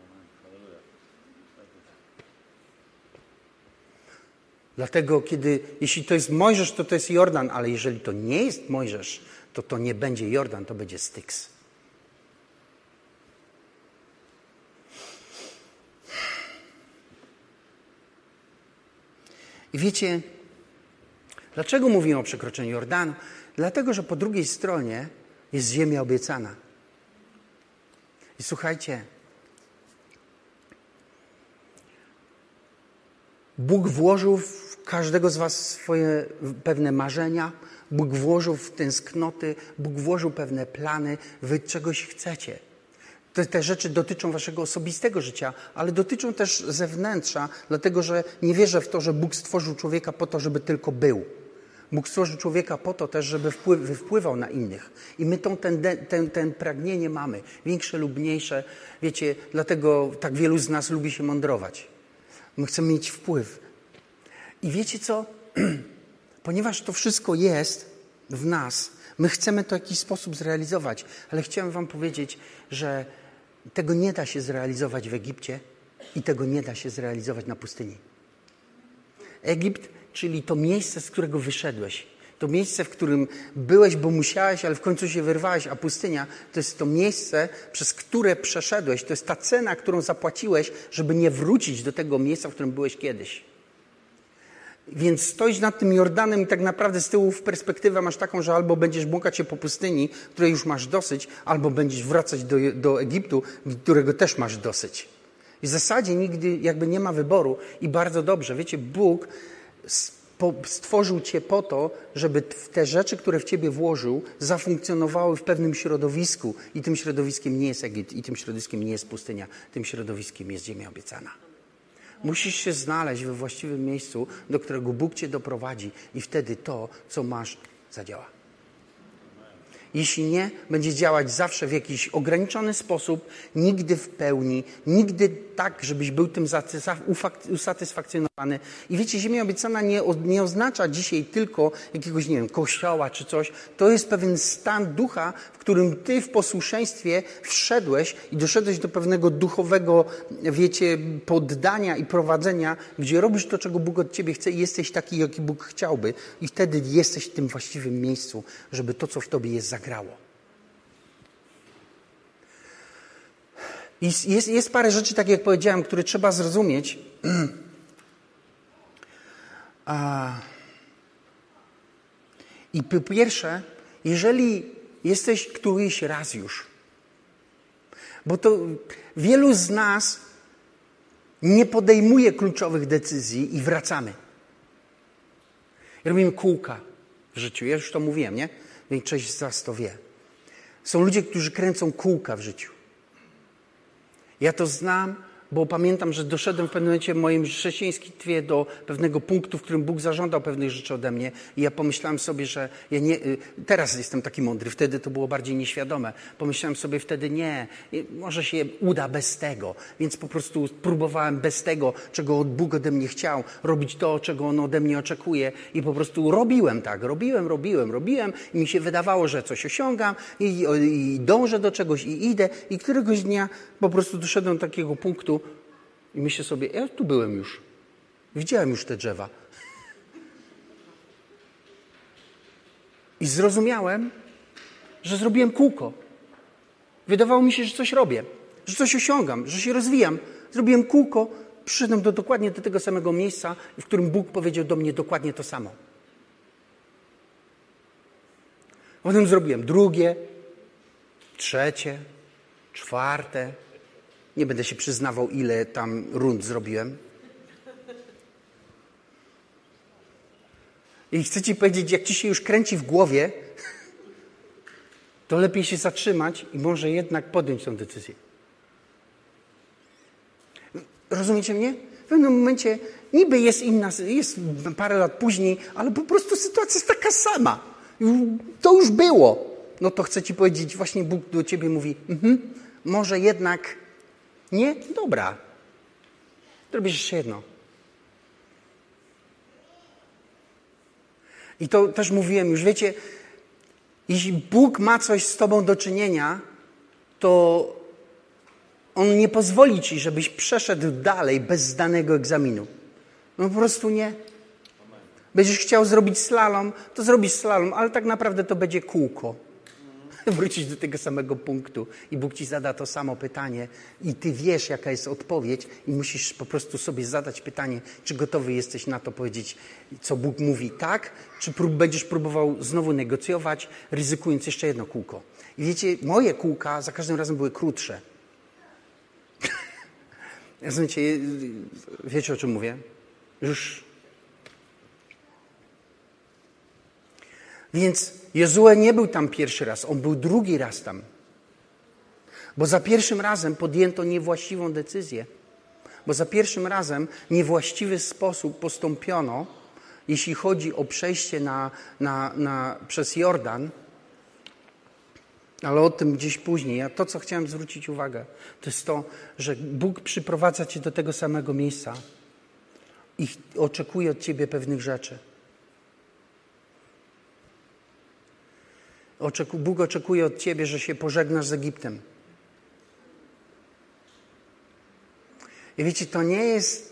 Dlatego, jeśli to jest Mojżesz, to jest Jordan, ale jeżeli to nie jest Mojżesz, to nie będzie Jordan, to będzie Styx. I wiecie, dlaczego mówimy o przekroczeniu Jordanu? Dlatego, że po drugiej stronie jest ziemia obiecana. I słuchajcie, Bóg włożył w każdego z was swoje pewne marzenia, Bóg włożył w tęsknoty, Bóg włożył pewne plany, wy czegoś chcecie. Te rzeczy dotyczą waszego osobistego życia, ale dotyczą też zewnętrza, dlatego że nie wierzę w to, że Bóg stworzył człowieka po to, żeby tylko był. Bóg stworzył człowieka po to też, żeby wpływał na innych. I my ten pragnienie mamy, większe lub mniejsze. Wiecie, dlatego tak wielu z nas lubi się mądrować. My chcemy mieć wpływ. I wiecie co? Ponieważ to wszystko jest w nas, my chcemy to w jakiś sposób zrealizować, ale chciałem wam powiedzieć, że tego nie da się zrealizować w Egipcie i tego nie da się zrealizować na pustyni. Egipt, czyli to miejsce, z którego wyszedłeś. To miejsce, w którym byłeś, bo musiałeś, ale w końcu się wyrwałeś, a pustynia to jest to miejsce, przez które przeszedłeś. To jest ta cena, którą zapłaciłeś, żeby nie wrócić do tego miejsca, w którym byłeś kiedyś. Więc stoisz nad tym Jordanem i tak naprawdę z tyłu w perspektywę masz taką, że albo będziesz błąkać się po pustyni, której już masz dosyć, albo będziesz wracać do Egiptu, którego też masz dosyć. I w zasadzie nigdy jakby nie ma wyboru i bardzo dobrze. Wiecie, Bóg stworzył cię po to, żeby te rzeczy, które w ciebie włożył, zafunkcjonowały w pewnym środowisku. I tym środowiskiem nie jest Egipt, i tym środowiskiem nie jest pustynia. Tym środowiskiem jest ziemia obiecana. Musisz się znaleźć we właściwym miejscu, do którego Bóg cię doprowadzi i wtedy to, co masz, zadziała. Jeśli nie, będzie działać zawsze w jakiś ograniczony sposób, nigdy w pełni, nigdy tak, żebyś był tym usatysfakcjonowany. I wiecie, ziemia obiecana nie oznacza dzisiaj tylko jakiegoś, nie wiem, kościoła czy coś. To jest pewien stan ducha, w którym ty w posłuszeństwie wszedłeś i doszedłeś do pewnego duchowego, wiecie, poddania i prowadzenia, gdzie robisz to, czego Bóg od ciebie chce i jesteś taki, jaki Bóg chciałby. I wtedy jesteś w tym właściwym miejscu, żeby to, co w tobie jest, zagrało. Jest parę rzeczy, tak jak powiedziałem, które trzeba zrozumieć. I po pierwsze, jeżeli jesteś któryś raz już, bo to wielu z nas nie podejmuje kluczowych decyzji i wracamy. Robimy kółka w życiu. Ja już to mówiłem, nie? Większość z was to wie. Są ludzie, którzy kręcą kółka w życiu. Ja to znam, bo pamiętam, że doszedłem w pewnym momencie w moim chrześcijaństwie do pewnego punktu, w którym Bóg zażądał pewnych rzeczy ode mnie i ja pomyślałem sobie, że ja nie, teraz jestem taki mądry, wtedy to było bardziej nieświadome. Pomyślałem sobie wtedy nie, może się uda bez tego, więc po prostu próbowałem bez tego, czego Bóg ode mnie chciał, robić to, czego On ode mnie oczekuje i po prostu robiłem tak, robiłem i mi się wydawało, że coś osiągam i dążę do czegoś i idę i któregoś dnia po prostu doszedłem do takiego punktu, i myślę sobie, ja tu byłem już. Widziałem już te drzewa. I zrozumiałem, że zrobiłem kółko. Wydawało mi się, że coś robię, że coś osiągam, że się rozwijam. Zrobiłem kółko, przyszedłem dokładnie do tego samego miejsca, w którym Bóg powiedział do mnie dokładnie to samo. Potem zrobiłem drugie, trzecie, czwarte. Nie będę się przyznawał, ile tam rund zrobiłem. I chcę ci powiedzieć, jak ci się już kręci w głowie, to lepiej się zatrzymać i może jednak podjąć tę decyzję. Rozumiecie mnie? W pewnym momencie niby jest inna, jest parę lat później, ale po prostu sytuacja jest taka sama. To już było. No to chcę ci powiedzieć, właśnie Bóg do ciebie mówi, może jednak nie? Dobra. Zrobisz jeszcze jedno. I to też mówiłem już, wiecie, jeśli Bóg ma coś z tobą do czynienia, to On nie pozwoli ci, żebyś przeszedł dalej bez zdanego egzaminu. No po prostu nie. Będziesz chciał zrobić slalom, to zrobisz slalom, ale tak naprawdę to będzie kółko. Wrócić do tego samego punktu i Bóg ci zada to samo pytanie i ty wiesz, jaka jest odpowiedź i musisz po prostu sobie zadać pytanie, czy gotowy jesteś na to powiedzieć, co Bóg mówi tak, czy będziesz próbował znowu negocjować, ryzykując jeszcze jedno kółko. I wiecie, moje kółka za każdym razem były krótsze. Rozumiecie, wiecie, o czym mówię? Już. Więc Jozue nie był tam pierwszy raz, on był drugi raz tam. Bo za pierwszym razem podjęto niewłaściwą decyzję. Bo za pierwszym razem w niewłaściwy sposób postąpiono, jeśli chodzi o przejście przez Jordan. Ale o tym gdzieś później. To, co chciałem zwrócić uwagę, to jest to, że Bóg przyprowadza cię do tego samego miejsca i oczekuje od ciebie pewnych rzeczy. Bóg oczekuje od ciebie, że się pożegnasz z Egiptem. I wiecie, to nie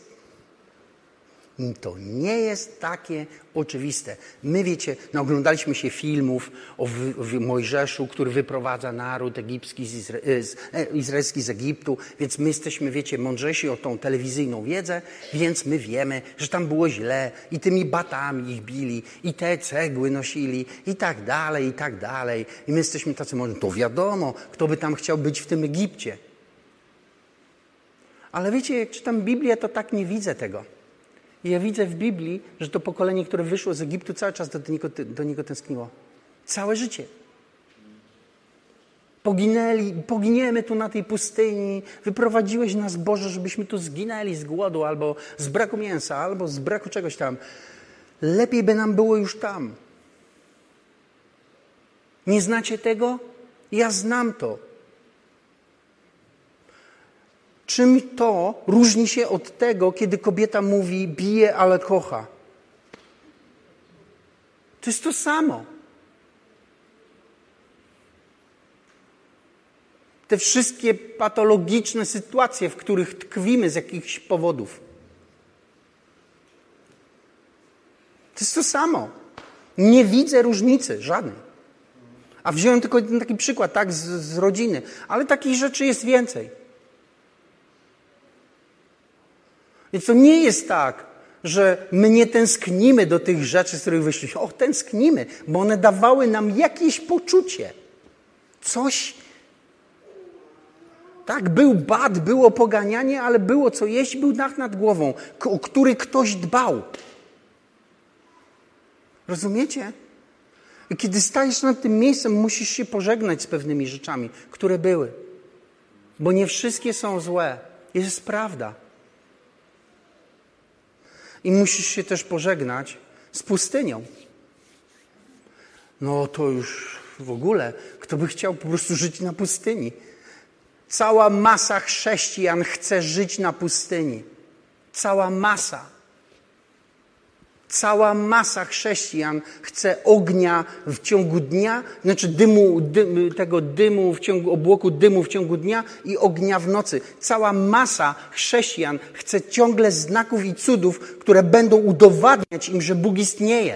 jest takie oczywiste. My, wiecie, oglądaliśmy się filmów o Mojżeszu, który wyprowadza naród egipski izraelski z Egiptu, więc my jesteśmy, wiecie, mądrzejsi o tą telewizyjną wiedzę, więc my wiemy, że tam było źle i tymi batami ich bili i te cegły nosili i tak dalej, i tak dalej. I my jesteśmy tacy mądrzy. To wiadomo, kto by tam chciał być w tym Egipcie. Ale wiecie, jak czytam Biblię, to tak nie widzę tego. I ja widzę w Biblii, że to pokolenie, które wyszło z Egiptu, cały czas do niego tęskniło. Całe życie. Poginiemy tu na tej pustyni. Wyprowadziłeś nas, Boże, żebyśmy tu zginęli z głodu, albo z braku mięsa, albo z braku czegoś tam. Lepiej by nam było już tam. Nie znacie tego? Ja znam to. Czym to różni się od tego, kiedy kobieta mówi, bije, ale kocha? To jest to samo. Te wszystkie patologiczne sytuacje, w których tkwimy z jakichś powodów. To jest to samo. Nie widzę różnicy, żadnej. A wziąłem tylko jeden taki przykład, tak, z rodziny. Ale takich rzeczy jest więcej. Więc to nie jest tak, że my nie tęsknimy do tych rzeczy, z których wyszliśmy. Tęsknimy, bo one dawały nam jakieś poczucie. Coś. Tak, był bad, było poganianie, ale było co jeść, był dach nad głową, o który ktoś dbał. Rozumiecie? I kiedy stajesz nad tym miejscem, musisz się pożegnać z pewnymi rzeczami, które były. Bo nie wszystkie są złe. Jest prawda. I musisz się też pożegnać z pustynią. No to już w ogóle, kto by chciał po prostu żyć na pustyni? Cała masa chrześcijan chce żyć na pustyni. Cała masa. Cała masa chrześcijan chce ognia w ciągu dnia, znaczy dymu w ciągu obłoku dymu w ciągu dnia i ognia w nocy. Cała masa chrześcijan chce ciągle znaków i cudów, które będą udowadniać im, że Bóg istnieje.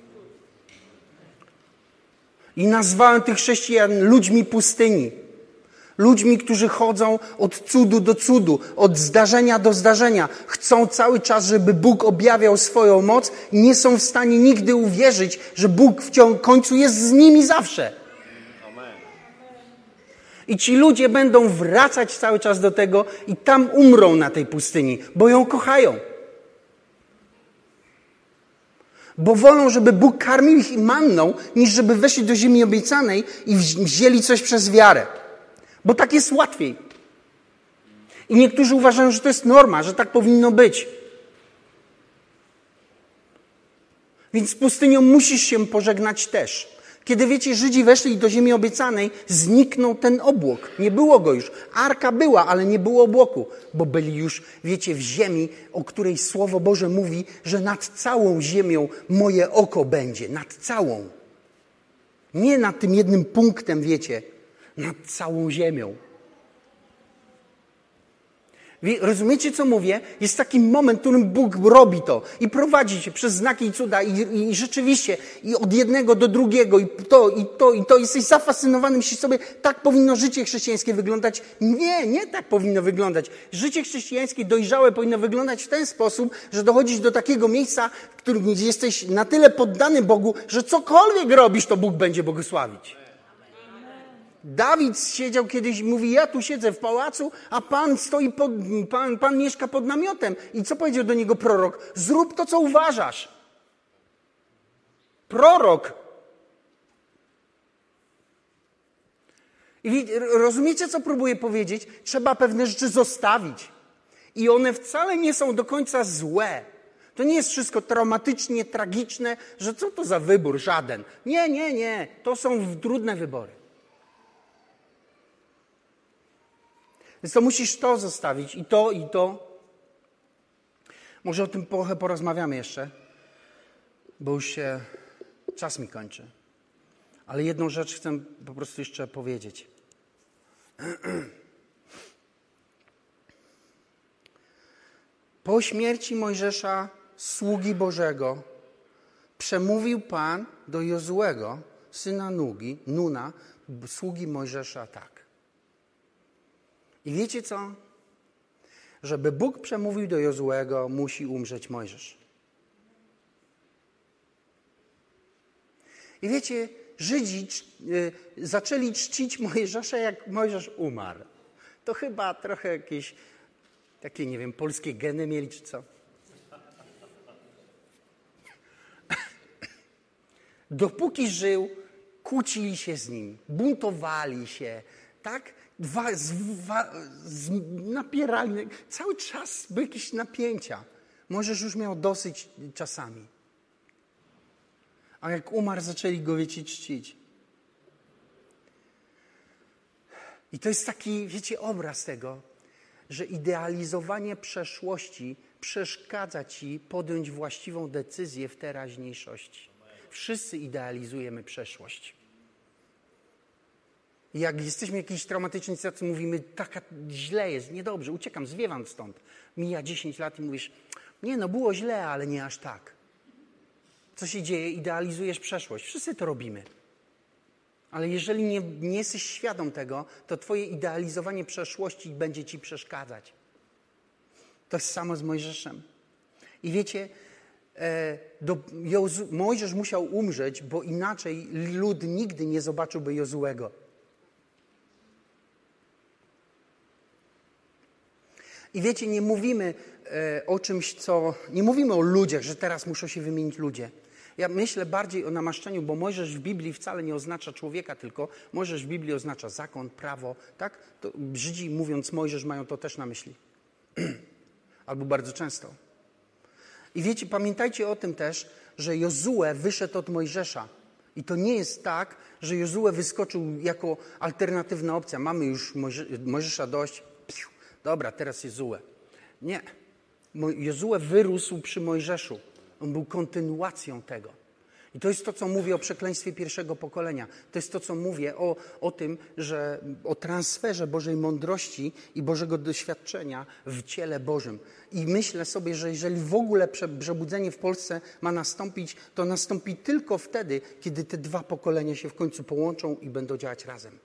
I nazwałem tych chrześcijan ludźmi pustyni. Ludźmi, którzy chodzą od cudu do cudu, od zdarzenia do zdarzenia. Chcą cały czas, żeby Bóg objawiał swoją moc i nie są w stanie nigdy uwierzyć, że Bóg w końcu jest z nimi zawsze. Amen. I ci ludzie będą wracać cały czas do tego i tam umrą na tej pustyni, bo ją kochają. Bo wolą, żeby Bóg karmił ich manną, niż żeby weszli do ziemi obiecanej i wzięli coś przez wiarę. Bo tak jest łatwiej. I niektórzy uważają, że to jest norma, że tak powinno być. Więc z pustynią musisz się pożegnać też. Kiedy, wiecie, Żydzi weszli do ziemi obiecanej, zniknął ten obłok. Nie było go już. Arka była, ale nie było obłoku. Bo byli już, wiecie, w ziemi, o której Słowo Boże mówi, że nad całą ziemią moje oko będzie. Nad całą. Nie nad tym jednym punktem, wiecie, nad całą ziemią. Rozumiecie, co mówię? Jest taki moment, w którym Bóg robi to i prowadzi cię przez znaki i cuda i rzeczywiście i od jednego do drugiego i to. Jesteś zafascynowany, myślisz sobie, tak powinno życie chrześcijańskie wyglądać. Nie tak powinno wyglądać. Życie chrześcijańskie dojrzałe powinno wyglądać w ten sposób, że dochodzisz do takiego miejsca, w którym jesteś na tyle poddany Bogu, że cokolwiek robisz, to Bóg będzie błogosławić. Dawid siedział kiedyś i mówi, ja tu siedzę w pałacu, a Pan stoi Pan mieszka pod namiotem. I co powiedział do niego prorok? Zrób to, co uważasz. Prorok. I rozumiecie, co próbuję powiedzieć? Trzeba pewne rzeczy zostawić. I one wcale nie są do końca złe. To nie jest wszystko traumatycznie, tragiczne, że co to za wybór? Żaden. Nie. To są trudne wybory. Więc to musisz to zostawić i to. Może o tym trochę porozmawiamy jeszcze, bo już się czas mi kończy. Ale jedną rzecz chcę po prostu jeszcze powiedzieć. Po śmierci Mojżesza, sługi Bożego, przemówił Pan do Jozuego, syna Nuna, sługi Mojżesza tak. I wiecie co? Żeby Bóg przemówił do Jozuego, musi umrzeć Mojżesz. I wiecie, Żydzi zaczęli czcić Mojżesza, jak Mojżesz umarł. To chyba trochę jakieś takie, nie wiem, polskie geny mieli, czy co? Dopóki żył, kłócili się z nim, buntowali się, tak? Napierali. Cały czas były jakieś napięcia. Mojżesz już miał dosyć czasami. A jak umarł, zaczęli go, wiecie, czcić. I to jest taki, wiecie, obraz tego, że idealizowanie przeszłości przeszkadza ci podjąć właściwą decyzję w teraźniejszości. Wszyscy idealizujemy przeszłość. I jak jesteśmy w jakiejś traumatycznej sytuacji, mówimy, taka źle jest, niedobrze, uciekam, zwiewam stąd. Mija 10 lat i mówisz, nie no, było źle, ale nie aż tak. Co się dzieje? Idealizujesz przeszłość. Wszyscy to robimy. Ale jeżeli nie jesteś świadom tego, to twoje idealizowanie przeszłości będzie ci przeszkadzać. To jest samo z Mojżeszem. I wiecie, Mojżesz musiał umrzeć, bo inaczej lud nigdy nie zobaczyłby Jozułego. I wiecie, nie mówimy o czymś, nie mówimy o ludziach, że teraz muszą się wymienić ludzie. Ja myślę bardziej o namaszczeniu, bo Mojżesz w Biblii wcale nie oznacza człowieka, tylko Mojżesz w Biblii oznacza zakon, prawo, tak? To Żydzi, mówiąc Mojżesz, mają to też na myśli. Albo bardzo często. I wiecie, pamiętajcie o tym też, że Jozue wyszedł od Mojżesza. I to nie jest tak, że Jozue wyskoczył jako alternatywna opcja. Mamy już Mojżesza dość. Dobra, teraz Jozue. Nie. Jozue wyrósł przy Mojżeszu. On był kontynuacją tego. I to jest to, co mówię o przekleństwie pierwszego pokolenia. To jest to, co mówię o tym, że o transferze Bożej mądrości i Bożego doświadczenia w ciele Bożym. I myślę sobie, że jeżeli w ogóle przebudzenie w Polsce ma nastąpić, to nastąpi tylko wtedy, kiedy te dwa pokolenia się w końcu połączą i będą działać razem.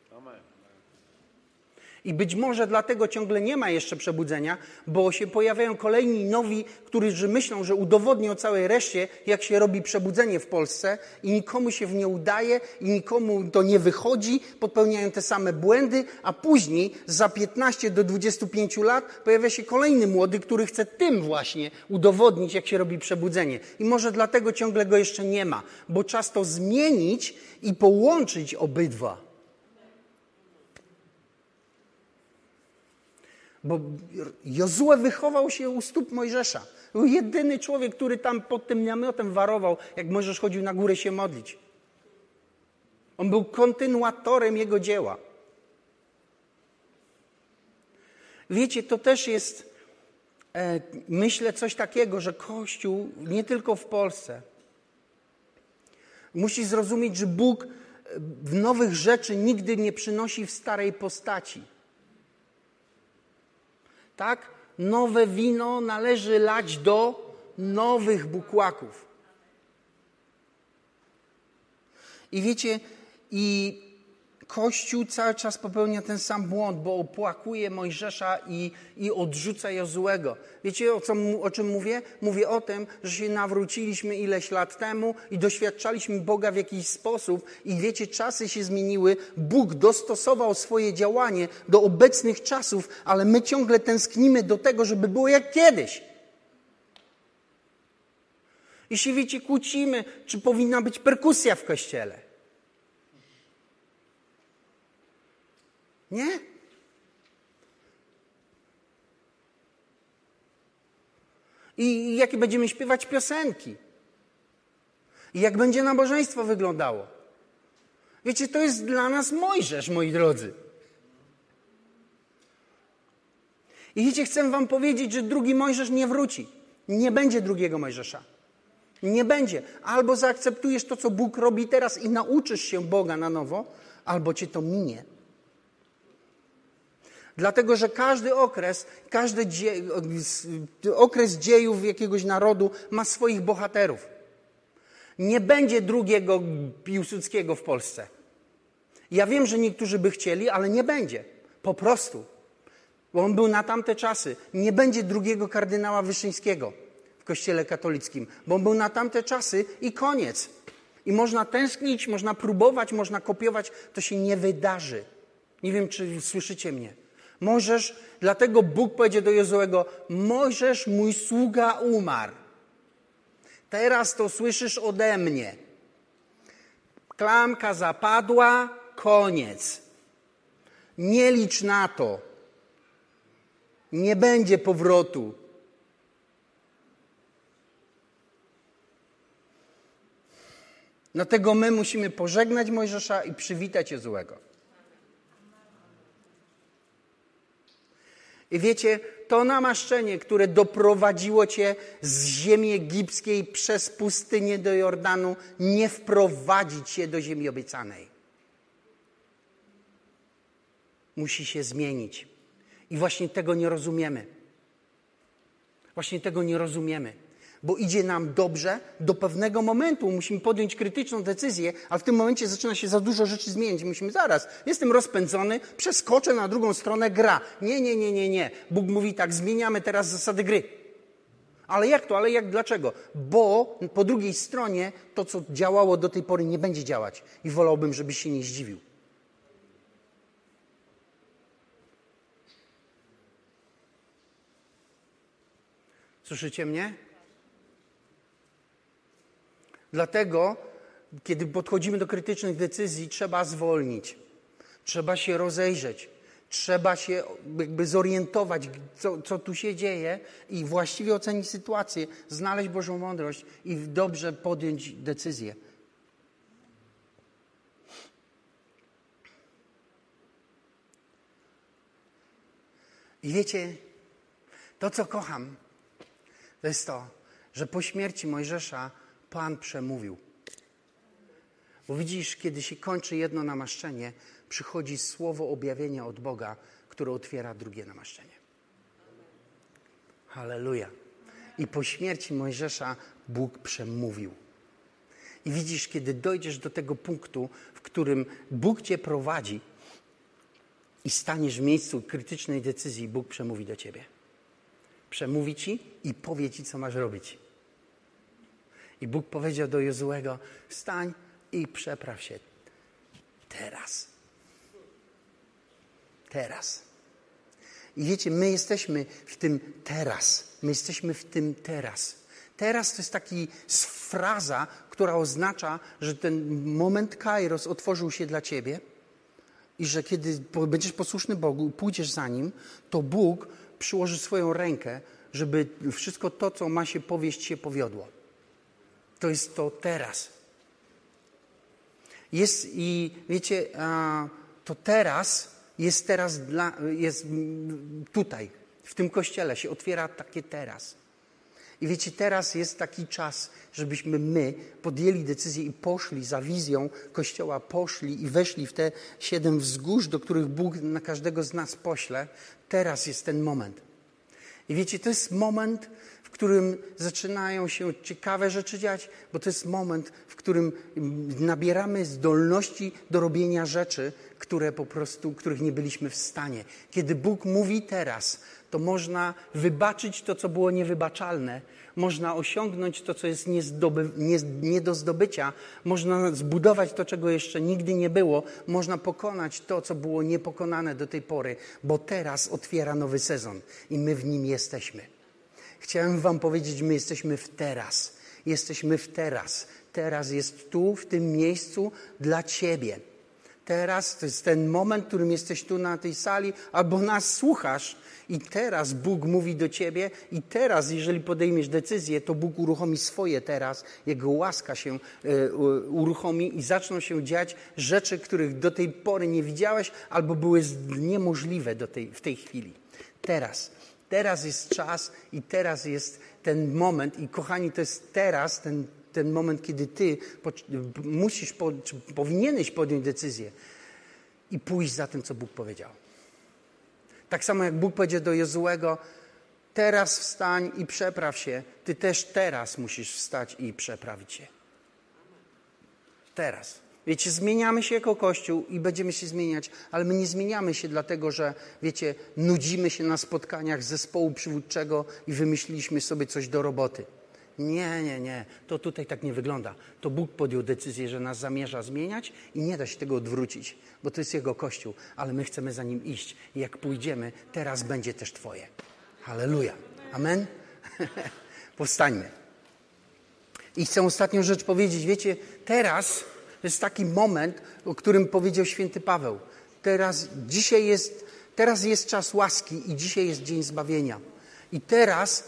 I być może dlatego ciągle nie ma jeszcze przebudzenia, bo się pojawiają kolejni nowi, którzy myślą, że udowodnią całej reszcie, jak się robi przebudzenie w Polsce i nikomu się w nie udaje i nikomu to nie wychodzi, popełniają te same błędy, a później za 15 do 25 lat pojawia się kolejny młody, który chce tym właśnie udowodnić, jak się robi przebudzenie. I może dlatego ciągle go jeszcze nie ma, bo czas to zmienić i połączyć obydwa. Bo Jozue wychował się u stóp Mojżesza. Był jedyny człowiek, który tam pod tym namiotem warował, jak Mojżesz chodził na górę się modlić. On był kontynuatorem jego dzieła. Wiecie, to też jest, myślę, coś takiego, że Kościół, nie tylko w Polsce, musi zrozumieć, że Bóg nowych rzeczy nigdy nie przynosi w starej postaci. Tak? Nowe wino należy lać do nowych bukłaków. I wiecie, i Kościół cały czas popełnia ten sam błąd, bo opłakuje Mojżesza i odrzuca Jozuego. Wiecie, o czym mówię? Mówię o tym, że się nawróciliśmy ileś lat temu i doświadczaliśmy Boga w jakiś sposób i wiecie, czasy się zmieniły, Bóg dostosował swoje działanie do obecnych czasów, ale my ciągle tęsknimy do tego, żeby było jak kiedyś. I się, wiecie, kłócimy, czy powinna być perkusja w kościele. Nie? I jakie będziemy śpiewać piosenki? I jak będzie nabożeństwo wyglądało? Wiecie, to jest dla nas Mojżesz, moi drodzy. I wiecie, chcę wam powiedzieć, że drugi Mojżesz nie wróci. Nie będzie drugiego Mojżesza. Nie będzie. Albo zaakceptujesz to, co Bóg robi teraz i nauczysz się Boga na nowo, albo cię to minie. Dlatego, że każdy okres dziejów jakiegoś narodu ma swoich bohaterów. Nie będzie drugiego Piłsudskiego w Polsce. Ja wiem, że niektórzy by chcieli, ale nie będzie. Po prostu. Bo on był na tamte czasy. Nie będzie drugiego kardynała Wyszyńskiego w Kościele katolickim. Bo on był na tamte czasy i koniec. I można tęsknić, można próbować, można kopiować. To się nie wydarzy. Nie wiem, czy słyszycie mnie. Mojżesz, dlatego Bóg powiedział do Jozuego, Mojżesz, mój sługa, umarł. Teraz to słyszysz ode mnie. Klamka zapadła, koniec. Nie licz na to. Nie będzie powrotu. Dlatego my musimy pożegnać Mojżesza i przywitać Jozuego. I wiecie, to namaszczenie, które doprowadziło cię z ziemi egipskiej przez pustynię do Jordanu, nie wprowadzi cię do ziemi obiecanej. Musi się zmienić. I właśnie tego nie rozumiemy. Właśnie tego nie rozumiemy. Bo idzie nam dobrze, do pewnego momentu musimy podjąć krytyczną decyzję, a w tym momencie zaczyna się za dużo rzeczy zmieniać. Musimy zaraz, jestem rozpędzony, przeskoczę na drugą stronę, gra. Nie. Bóg mówi tak, zmieniamy teraz zasady gry. Ale jak to? Dlaczego? Bo po drugiej stronie to, co działało do tej pory, nie będzie działać. I wolałbym, żebyś się nie zdziwił. Słyszycie mnie? Dlatego, kiedy podchodzimy do krytycznych decyzji, trzeba zwolnić. Trzeba się rozejrzeć. Trzeba się jakby zorientować, co tu się dzieje i właściwie ocenić sytuację, znaleźć Bożą mądrość i dobrze podjąć decyzję. I wiecie, to co kocham, to jest to, że po śmierci Mojżesza Pan przemówił. Bo widzisz, kiedy się kończy jedno namaszczenie, przychodzi słowo objawienia od Boga, które otwiera drugie namaszczenie. Halleluja. I po śmierci Mojżesza Bóg przemówił. I widzisz, kiedy dojdziesz do tego punktu, w którym Bóg cię prowadzi i staniesz w miejscu krytycznej decyzji, Bóg przemówi do ciebie. Przemówi ci i powie ci, co masz robić. I Bóg powiedział do Jozuego, wstań i przepraw się. Teraz. I wiecie, my jesteśmy w tym teraz. Teraz to jest taki fraza, która oznacza, że ten moment kairos otworzył się dla ciebie i że kiedy będziesz posłuszny Bogu, pójdziesz za Nim, to Bóg przyłoży swoją rękę, żeby wszystko to, co ma się powieść, się powiodło. To jest to teraz. I wiecie, to teraz jest tutaj, w tym kościele się otwiera takie teraz. I wiecie, teraz jest taki czas, żebyśmy my podjęli decyzję i poszli za wizją Kościoła, poszli i weszli w te 7 wzgórz, do których Bóg na każdego z nas pośle. Teraz jest ten moment. I wiecie, to jest moment, w którym zaczynają się ciekawe rzeczy dziać, bo to jest moment, w którym nabieramy zdolności do robienia rzeczy, których nie byliśmy w stanie. Kiedy Bóg mówi teraz, to można wybaczyć to, co było niewybaczalne. Można osiągnąć to, co jest nie do zdobycia. Można zbudować to, czego jeszcze nigdy nie było. Można pokonać to, co było niepokonane do tej pory, bo teraz otwiera nowy sezon i my w nim jesteśmy. Chciałem wam powiedzieć, my jesteśmy w teraz. Jesteśmy w teraz. Teraz jest tu, w tym miejscu dla ciebie. Teraz to jest ten moment, w którym jesteś tu na tej sali, albo nas słuchasz i teraz Bóg mówi do ciebie i teraz, jeżeli podejmiesz decyzję, to Bóg uruchomi swoje teraz, Jego łaska się uruchomi i zaczną się dziać rzeczy, których do tej pory nie widziałeś albo były niemożliwe w tej chwili. Teraz jest czas i teraz jest ten moment i kochani, to jest teraz ten moment, kiedy ty powinieneś podjąć decyzję i pójść za tym, co Bóg powiedział. Tak samo jak Bóg powiedział do Jozuego, teraz wstań i przepraw się, ty też teraz musisz wstać i przeprawić się. Teraz. Wiecie, zmieniamy się jako Kościół i będziemy się zmieniać, ale my nie zmieniamy się dlatego, że, wiecie, nudzimy się na spotkaniach zespołu przywódczego i wymyśliliśmy sobie coś do roboty. Nie. To tutaj tak nie wygląda. To Bóg podjął decyzję, że nas zamierza zmieniać i nie da się tego odwrócić, bo to jest Jego Kościół, ale my chcemy za Nim iść. I jak pójdziemy, teraz będzie też Twoje. Halleluja. Amen? Powstańmy. I chcę ostatnią rzecz powiedzieć. Wiecie, teraz To jest taki moment, o którym powiedział święty Paweł. Teraz jest czas łaski i dzisiaj jest dzień zbawienia. I teraz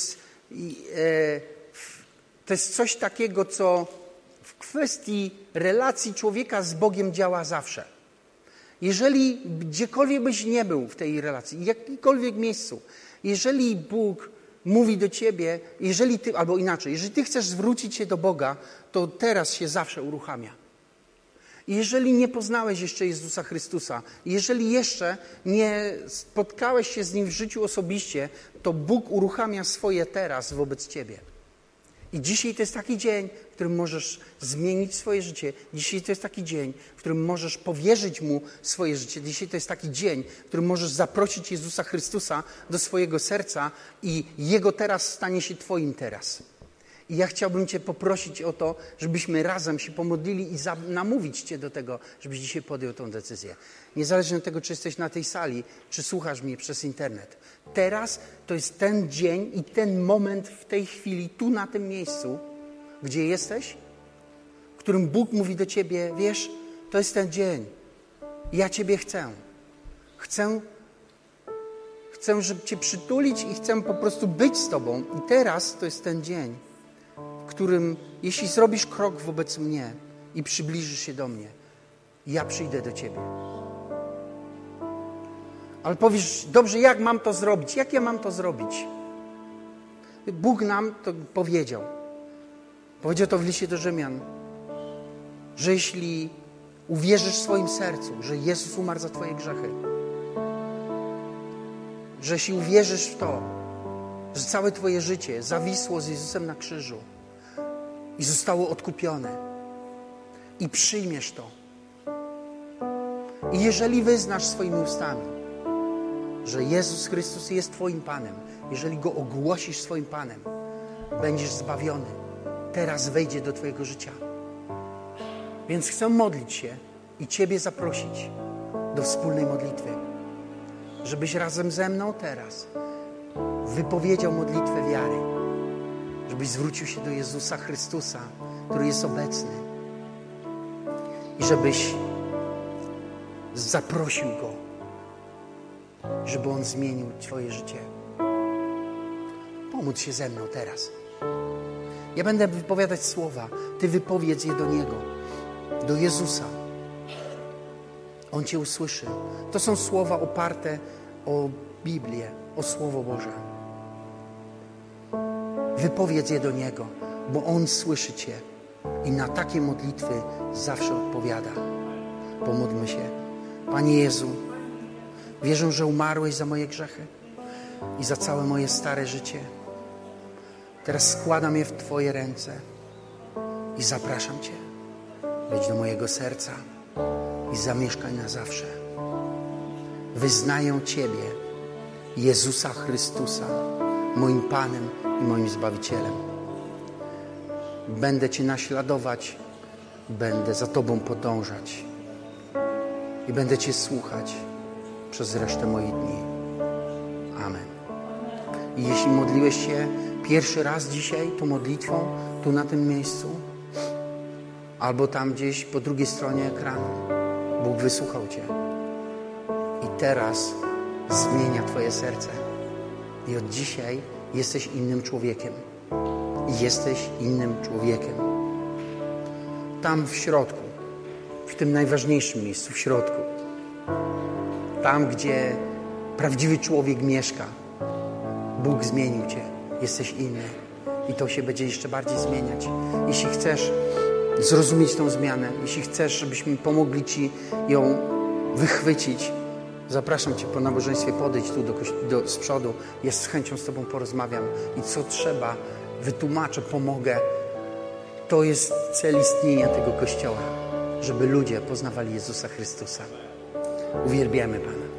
to jest coś takiego, co w kwestii relacji człowieka z Bogiem działa zawsze. Jeżeli gdziekolwiek byś nie był w tej relacji, w jakimkolwiek miejscu, jeżeli Bóg mówi do ciebie, jeżeli ty chcesz zwrócić się do Boga, to teraz się zawsze uruchamia. I jeżeli nie poznałeś jeszcze Jezusa Chrystusa, jeżeli jeszcze nie spotkałeś się z Nim w życiu osobiście, to Bóg uruchamia swoje teraz wobec ciebie. I dzisiaj to jest taki dzień, w którym możesz zmienić swoje życie. Dzisiaj to jest taki dzień, w którym możesz powierzyć Mu swoje życie. Dzisiaj to jest taki dzień, w którym możesz zaprosić Jezusa Chrystusa do swojego serca i Jego teraz stanie się twoim teraz. I ja chciałbym Cię poprosić o to, żebyśmy razem się pomodlili i namówić Cię do tego, żebyś dzisiaj podjął tę decyzję. Niezależnie od tego, czy jesteś na tej sali, czy słuchasz mnie przez internet. Teraz to jest ten dzień i ten moment w tej chwili, tu na tym miejscu, gdzie jesteś, w którym Bóg mówi do Ciebie, wiesz, to jest ten dzień. Ja Ciebie chcę. Chcę, żeby Cię przytulić i chcę po prostu być z Tobą. I teraz to jest ten dzień, w którym, jeśli zrobisz krok wobec mnie i przybliżysz się do mnie, ja przyjdę do Ciebie. Ale powiesz, dobrze, jak mam to zrobić? Jak ja mam to zrobić? Bóg nam to powiedział. Powiedział to w liście do Rzymian, że jeśli uwierzysz w swoim sercu, że Jezus umarł za twoje grzechy, że jeśli uwierzysz w to, że całe twoje życie zawisło z Jezusem na krzyżu i zostało odkupione i przyjmiesz to. I jeżeli wyznasz swoimi ustami, że Jezus Chrystus jest twoim Panem, jeżeli Go ogłosisz swoim Panem, będziesz zbawiony. Teraz wejdzie do twojego życia. Więc chcę modlić się i Ciebie zaprosić do wspólnej modlitwy, żebyś razem ze mną teraz wypowiedział modlitwę wiary, żebyś zwrócił się do Jezusa Chrystusa, który jest obecny i żebyś zaprosił Go, żeby On zmienił twoje życie. Pomódl się ze mną teraz. Ja będę wypowiadać słowa, Ty wypowiedz je do Niego, do Jezusa. On Cię usłyszy. To są słowa oparte o Biblię, o Słowo Boże. Wypowiedz je do Niego, bo On słyszy Cię i na takie modlitwy zawsze odpowiada. Pomódlmy się. Panie Jezu, wierzę, że umarłeś za moje grzechy i za całe moje stare życie. Teraz składam je w Twoje ręce i zapraszam Cię. Wejdź do mojego serca i zamieszkaj na zawsze. Wyznaję Ciebie, Jezusa Chrystusa, moim Panem i moim Zbawicielem. Będę Cię naśladować, będę za Tobą podążać i będę Cię słuchać przez resztę moich dni. Amen. I jeśli modliłeś się pierwszy raz dzisiaj tą modlitwą, tu na tym miejscu, albo tam gdzieś po drugiej stronie ekranu, Bóg wysłuchał Cię. I teraz zmienia Twoje serce. I od dzisiaj jesteś innym człowiekiem. Jesteś innym człowiekiem. Tam w środku, w tym najważniejszym miejscu, w środku, tam, gdzie prawdziwy człowiek mieszka, Bóg zmienił Cię. Jesteś inny. I to się będzie jeszcze bardziej zmieniać. Jeśli chcesz zrozumieć tą zmianę, jeśli chcesz, żebyśmy pomogli Ci ją wychwycić, zapraszam Cię po nabożeństwie, podejdź tu z przodu. Ja z chęcią z Tobą porozmawiam i co trzeba, wytłumaczę, pomogę. To jest cel istnienia tego Kościoła, żeby ludzie poznawali Jezusa Chrystusa. Uwielbiamy Pana.